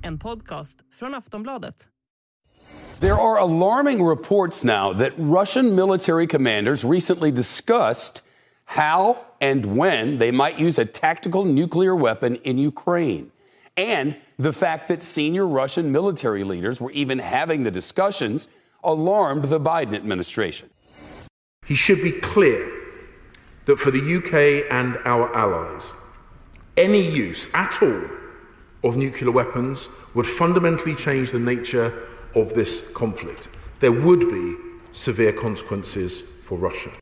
En podcast från Aftonbladet. There are alarming reports now that Russian military commanders recently discussed how and when they might use a tactical nuclear weapon in Ukraine. And the fact that senior Russian military leaders were even having the discussions alarmed the Biden administration. He should be clear that for the UK and our allies, any use at all of nuclear weapons would fundamentally change the nature of this conflict. There would be severe consequences for Russia.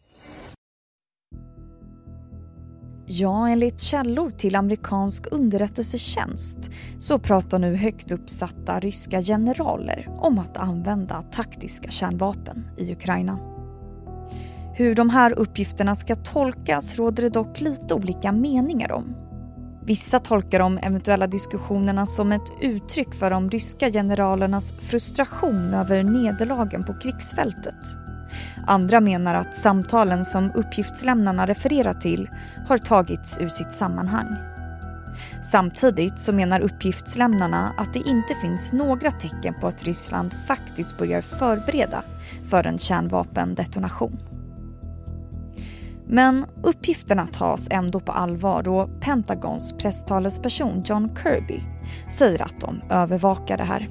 Ja, enligt källor till amerikansk underrättelsetjänst så pratar nu högt uppsatta ryska generaler om att använda taktiska kärnvapen i Ukraina. Hur de här uppgifterna ska tolkas råder det dock lite olika meningar om. Vissa tolkar de eventuella diskussionerna som ett uttryck för de ryska generalernas frustration över nederlagen på krigsfältet. Andra menar att samtalen som uppgiftslämnarna refererar till har tagits ur sitt sammanhang. Samtidigt så menar uppgiftslämnarna att det inte finns några tecken på att Ryssland faktiskt börjar förbereda för en kärnvapendetonation. Men uppgifterna tas ändå på allvar och Pentagons presstalesperson John Kirby säger att de övervakar det här.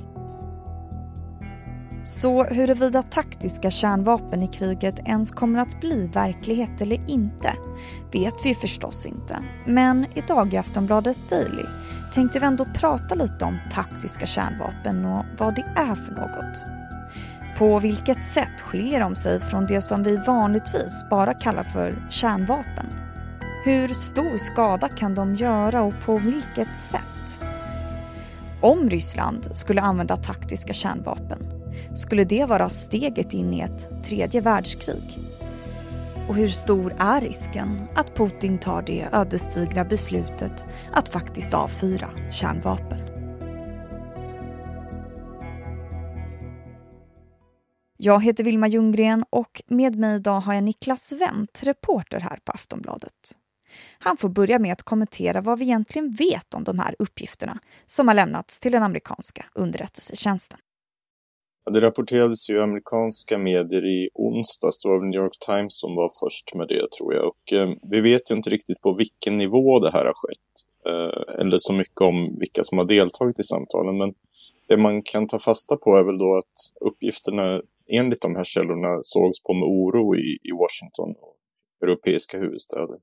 Så huruvida taktiska kärnvapen i kriget ens kommer att bli verklighet eller inte vet vi förstås inte. Men idag i Aftonbladet Daily tänkte vi ändå prata lite om taktiska kärnvapen och vad det är för något. På vilket sätt skiljer de sig från det som vi vanligtvis bara kallar för kärnvapen? Hur stor skada kan de göra och på vilket sätt? Om Ryssland skulle använda taktiska kärnvapen, skulle det vara steget in i ett tredje världskrig? Och hur stor är risken att Putin tar det ödesdigra beslutet att faktiskt avfyra kärnvapen? Jag heter Vilma Ljunggren och med mig idag har jag Niklas Wendt, reporter här på Aftonbladet. Han får börja med att kommentera vad vi egentligen vet om de här uppgifterna som har lämnats till den amerikanska underrättelsetjänsten. Det rapporterades ju i amerikanska medier i onsdags, det var New York Times som var först med det tror jag. Och vi vet ju inte riktigt på vilken nivå det här har skett. Eller så mycket om vilka som har deltagit i samtalen. Men det man kan ta fasta på är väl då att uppgifterna enligt de här källorna sågs på med oro i Washington och europeiska huvudstäder.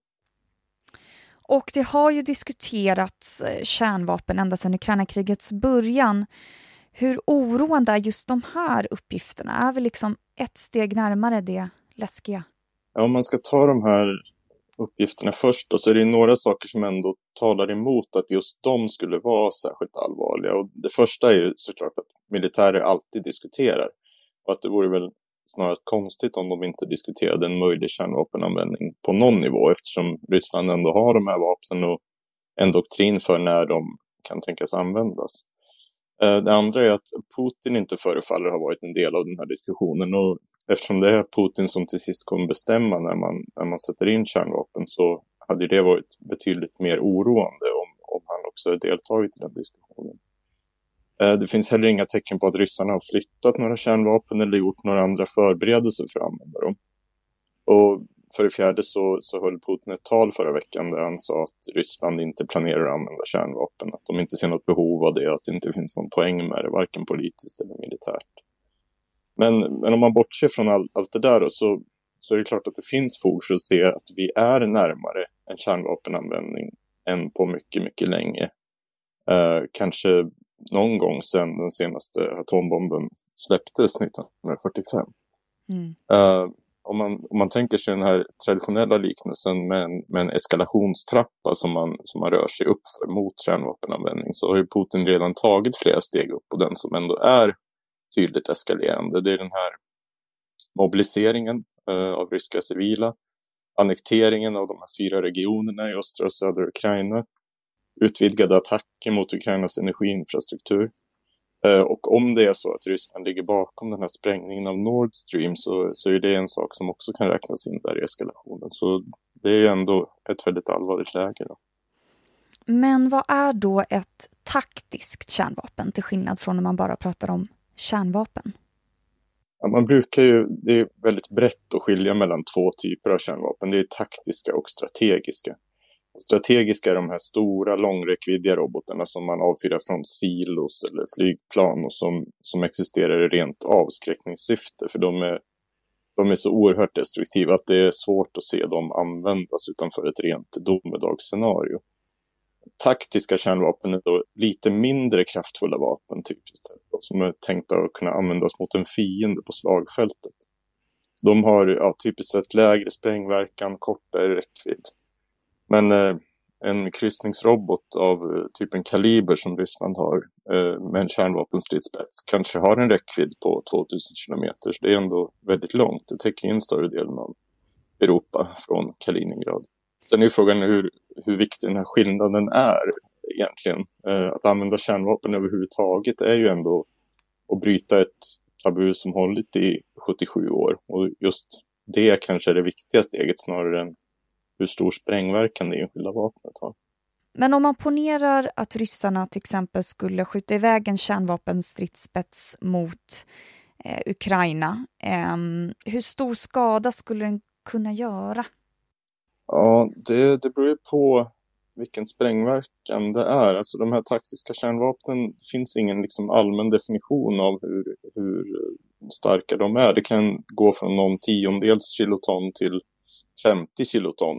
Och det har ju diskuterats kärnvapen ända sedan Ukraina-krigets början. Hur oroande är just de här uppgifterna? Är vi liksom ett steg närmare det läskiga? Ja, om man ska ta de här uppgifterna först då, så är det några saker som ändå talar emot att just de skulle vara särskilt allvarliga. Och det första är ju såklart att militärer alltid diskuterar. Och att det vore väl snarast konstigt om de inte diskuterade en möjlig kärnvapenanvändning på någon nivå. Eftersom Ryssland ändå har de här vapnen och en doktrin för när de kan tänkas användas. Det andra är att Putin inte förefaller ha varit en del av den här diskussionen. Och eftersom det är Putin som till sist kommer bestämma när man sätter in kärnvapen, så hade det varit betydligt mer oroande om han också har deltagit i den diskussionen. Det finns heller inga tecken på att ryssarna har flyttat några kärnvapen eller gjort några andra förberedelser för att använda dem. Och för det fjärde så höll Putin ett tal förra veckan där han sa att Ryssland inte planerar att använda kärnvapen. Att de inte ser något behov av det, att det inte finns någon poäng med det, varken politiskt eller militärt. Men om man bortser från allt det där då, så är det klart att det finns fog för att se att vi är närmare en kärnvapenanvändning än på mycket, mycket länge. Kanske någon gång sedan den senaste atombomben släpptes 1945. Om man tänker sig den här traditionella liknelsen med en eskalationstrappa som man rör sig upp för mot kärnvapenanvändning, så har ju Putin redan tagit flera steg upp på den som ändå är tydligt eskalerande. Det är den här mobiliseringen av ryska civila, annekteringen av de här 4 regionerna i östra och södra Ukraina, utvidgade attacker mot Ukrainas energiinfrastruktur. Och om det är så att Ryssland ligger bakom den här sprängningen av Nord Stream, så är det en sak som också kan räknas in där i eskalationen. Så det är ändå ett väldigt allvarligt läge då. Men vad är då ett taktiskt kärnvapen till skillnad från när man bara pratar om kärnvapen? Ja, det är väldigt brett att skilja mellan två typer av kärnvapen. Det är taktiska och strategiska. Strategiska är de här stora, långräckviddiga robotarna som man avfyrar från silos eller flygplan och som existerar i rent avskräckningssyfte. För de är så oerhört destruktiva att det är svårt att se dem användas utanför ett rent domedagsscenario. Taktiska kärnvapen är då lite mindre kraftfulla vapen typiskt sett, som är tänkta att kunna användas mot en fiende på slagfältet. Så de har typiskt sett lägre sprängverkan, kortare räckvidd. Men en kryssningsrobot av typen Kaliber som Ryssland har med en kärnvapenstridsspets kanske har en räckvidd på 2000 kilometer. Så det är ändå väldigt långt. Det täcker in större delen av Europa från Kaliningrad. Sen är ju frågan hur viktig den här skillnaden är egentligen. Att använda kärnvapen överhuvudtaget är ju ändå att bryta ett tabu som hållit i 77 år. Och just det kanske är det viktiga steget snarare än hur stor sprängverkan det enskilda vapnet har. Men om man ponerar att ryssarna till exempel skulle skjuta iväg en kärnvapenstridsspets mot Ukraina, hur stor skada skulle den kunna göra? Ja, det beror ju på vilken sprängverkan det är. Alltså de här taktiska kärnvapnen finns ingen liksom allmän definition av hur starka de är. Det kan gå från någon tiondels kiloton till 50 kiloton.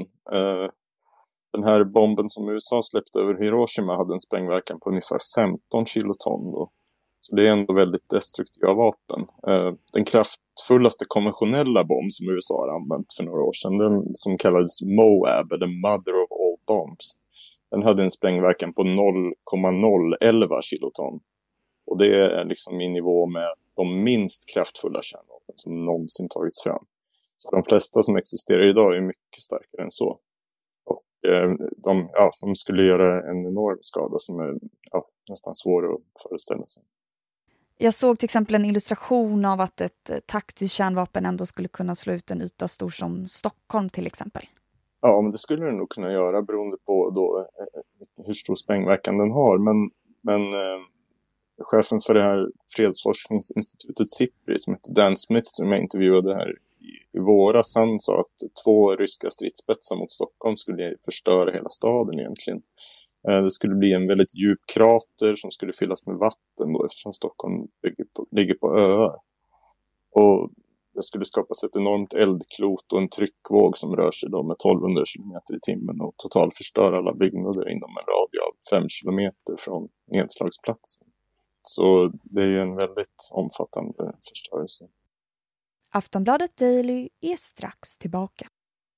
Den här bomben som USA släppte över Hiroshima hade en sprängverkan på ungefär 15 kiloton då. Så det är ändå väldigt destruktiva vapen. Den kraftfullaste konventionella bomb som USA har använt för några år sedan, den som kallades Moab, eller Mother of All Bombs, den hade en sprängverkan på 0,011 kiloton. Och det är liksom i nivå med de minst kraftfulla kärnvapen som någonsin tagits fram. Så de flesta som existerar idag är mycket starkare än så. Och de skulle göra en enorm skada som är nästan svår att föreställa sig. Jag såg till exempel en illustration av att ett taktiskt kärnvapen ändå skulle kunna slå ut en yta stor som Stockholm till exempel. Ja, men det skulle den nog kunna göra beroende på då, hur stor sprängverkan den har. Men chefen för det här fredsforskningsinstitutet SIPRI som heter Dan Smith som jag intervjuade här i våras, han sa att 2 ryska stridsspetsar mot Stockholm skulle förstöra hela staden egentligen. Det skulle bli en väldigt djup krater som skulle fyllas med vatten då, eftersom Stockholm ligger på öar. Och det skulle skapas ett enormt eldklot och en tryckvåg som rör sig då med 1200 km i timmen och totalt förstör alla byggnader inom en radie av 5 kilometer från nedslagsplatsen. Så det är ju en väldigt omfattande förstörelse. Aftonbladet Daily är strax tillbaka.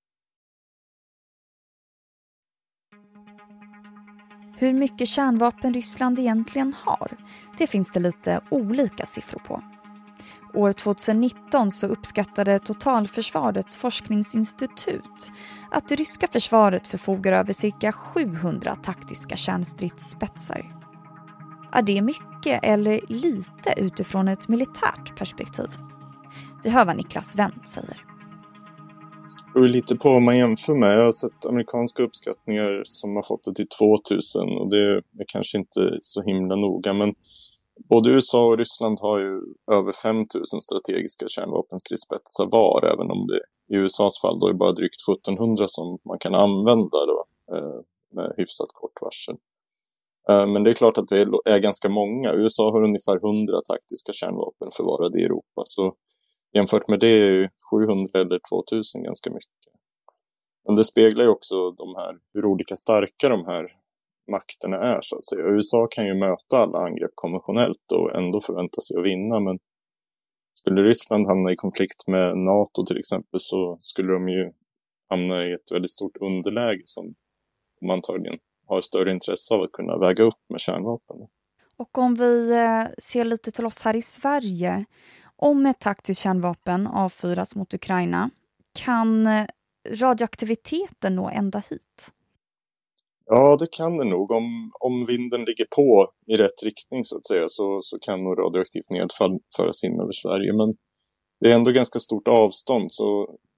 Hur mycket kärnvapen Ryssland egentligen har, det finns det lite olika siffror på. År 2019 så uppskattade Totalförsvarets forskningsinstitut att det ryska försvaret förfogar över cirka 700 taktiska kärnstridsspetsar. Är det mycket eller lite utifrån ett militärt perspektiv? Vi hör vad Niklas Wendt säger. Det beror lite på vad man jämför med. Jag har sett amerikanska uppskattningar som har fått det till 2000 och det är kanske inte så himla noga. Men både USA och Ryssland har ju över 5000 strategiska kärnvapenstridsspetsar var, även om det i USAs fall då är bara drygt 1700 som man kan använda då, med hyfsat kort varsel. Men det är klart att det är ganska många. USA har ungefär 100 taktiska kärnvapen förvarade i Europa, så jämfört med det är ju 700 eller 2000 ganska mycket. Men det speglar ju också hur olika starka de här makterna är så att säga. USA kan ju möta alla angrepp konventionellt och ändå förvänta sig att vinna, men skulle Ryssland hamna i konflikt med NATO till exempel så skulle de ju hamna i ett väldigt stort underläge som man antagligen har större intresse av att kunna väga upp med kärnvapen. Och om vi ser lite till oss här i Sverige, om ett taktiskt kärnvapen avfyras mot Ukraina, kan radioaktiviteten nå ända hit? Ja, det kan det nog. Om vinden ligger på i rätt riktning så att säga så kan nog radioaktivt nedfall föras in över Sverige. Men det är ändå ganska stort avstånd, så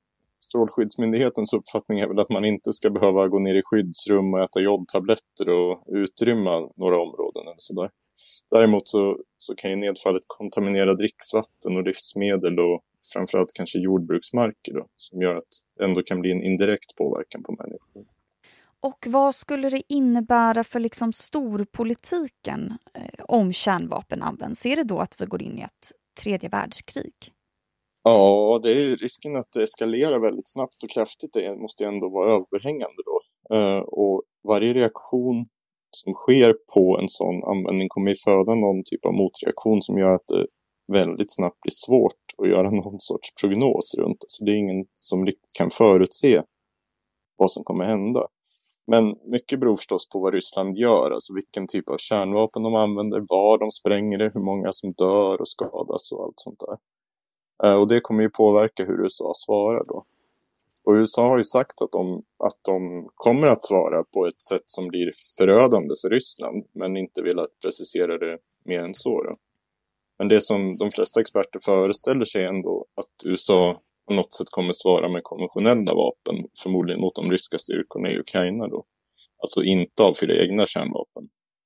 Strålskyddsmyndighetens uppfattning är väl att man inte ska behöva gå ner i skyddsrum och äta jodtabletter och utrymma några områden eller sådär. Däremot så kan ju nedfallet kontaminera dricksvatten och livsmedel och framförallt kanske jordbruksmarker då, som gör att det ändå kan bli en indirekt påverkan på människor. Och vad skulle det innebära för liksom storpolitiken om kärnvapen används? Är det då att vi går in i ett tredje världskrig? Ja, det är risken att det eskalerar väldigt snabbt och kraftigt. Det måste ändå vara överhängande då. Och varje reaktion som sker på en sån användning kommer ju föda någon typ av motreaktion som gör att det väldigt snabbt blir svårt att göra någon sorts prognos runt det. Så det är ingen som riktigt kan förutse vad som kommer hända. Men mycket beror förstås på vad Ryssland gör, alltså vilken typ av kärnvapen de använder, var de spränger det, hur många som dör och skadas och allt sånt där. Och det kommer ju påverka hur USA svarar då. Och USA har ju sagt att de kommer att svara på ett sätt som blir förödande för Ryssland, men inte vill att precisera det mer än så då. Men det som de flesta experter föreställer sig ändå att USA på något sätt kommer svara med konventionella vapen, förmodligen mot de ryska styrkorna i Ukraina då. Alltså inte avfyra egna kärnvapen.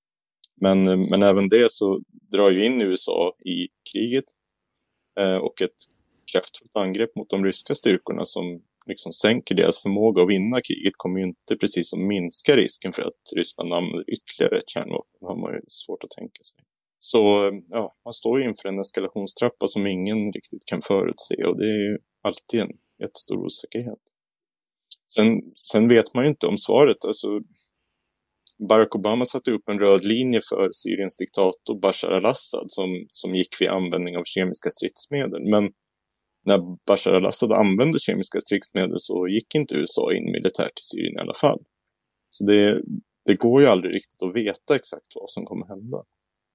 Men även det så drar ju in USA i kriget. Och ett kraftfullt angrepp mot de ryska styrkorna som liksom sänker deras förmåga att vinna kriget kommer ju inte precis som minska risken för att Ryssland använder ytterligare ett kärnvapen. Det har man ju svårt att tänka sig. Så ja, man står ju inför en eskalationstrappa som ingen riktigt kan förutse, och det är ju alltid en jättestor osäkerhet. Sen vet man ju inte om svaret. Alltså, Barack Obama satte upp en röd linje för Syriens diktator Bashar al-Assad som gick vid användning av kemiska stridsmedel. Men när Bashar al-Assad använde kemiska stridsmedel så gick inte USA in militärt i Syrien i alla fall. Så det går ju aldrig riktigt att veta exakt vad som kommer hända.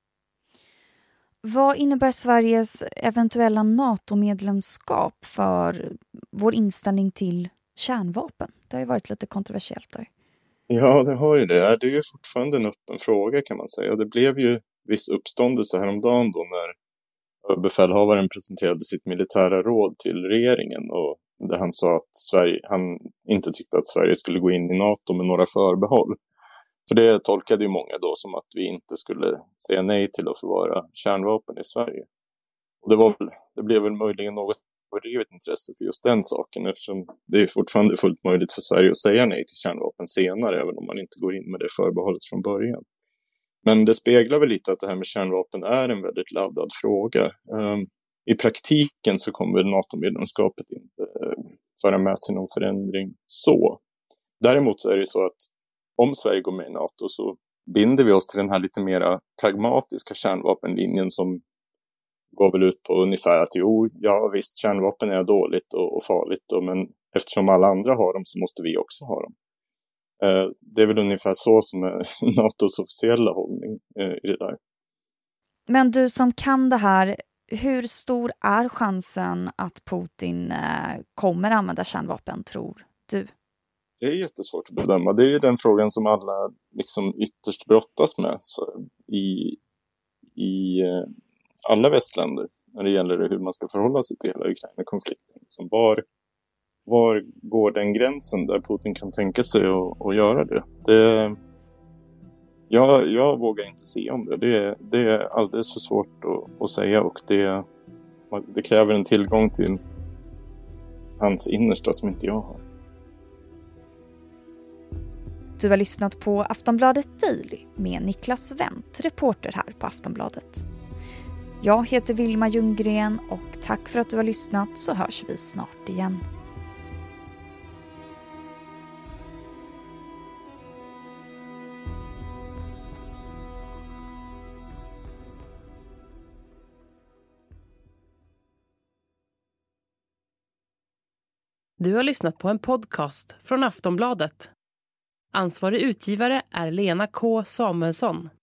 Vad innebär Sveriges eventuella NATO-medlemskap för vår inställning till kärnvapen? Det har ju varit lite kontroversiellt där. Ja, det har ju det. Det är ju fortfarande en öppen fråga kan man säga. Och det blev ju viss uppståndelse häromdagen då när befälhavaren presenterade sitt militära råd till regeringen. Och där han sa att han inte tyckte att Sverige skulle gå in i NATO med några förbehåll. För det tolkade ju många då som att vi inte skulle säga nej till att förvara kärnvapen i Sverige. Och det blev väl möjligen något överdrivet intresse för just den saken, eftersom det är fortfarande fullt möjligt för Sverige att säga nej till kärnvapen senare, även om man inte går in med det förbehållet från början. Men det speglar väl lite att det här med kärnvapen är en väldigt laddad fråga. I praktiken så kommer NATO-medlemskapet inte föra med sig någon förändring så. Däremot så är det så att om Sverige går med i NATO så binder vi oss till den här lite mer pragmatiska kärnvapenlinjen som går väl ut på ungefär att ja visst, kärnvapen är dåligt och farligt men eftersom alla andra har dem så måste vi också ha dem. Det är väl ungefär så som är NATOs officiella hållning i det där. Men du som kan det här, hur stor är chansen att Putin kommer använda kärnvapen, tror du? Det är jättesvårt att bedöma. Det är ju den frågan som alla liksom ytterst brottas med i alla västländer när det gäller hur man ska förhålla sig till hela Ukraina-konflikten. Liksom var går den gränsen där Putin kan tänka sig att göra det? Jag vågar inte se om det. Det är alldeles för svårt att säga, och det kräver en tillgång till hans innersta som inte jag har. Du har lyssnat på Aftonbladet Daily med Niklas Wendt, reporter här på Aftonbladet. Jag heter Vilma Ljunggren och tack för att du har lyssnat, så hörs vi snart igen. Du har lyssnat på en podcast från Aftonbladet. Ansvarig utgivare är Lena K. Samuelsson.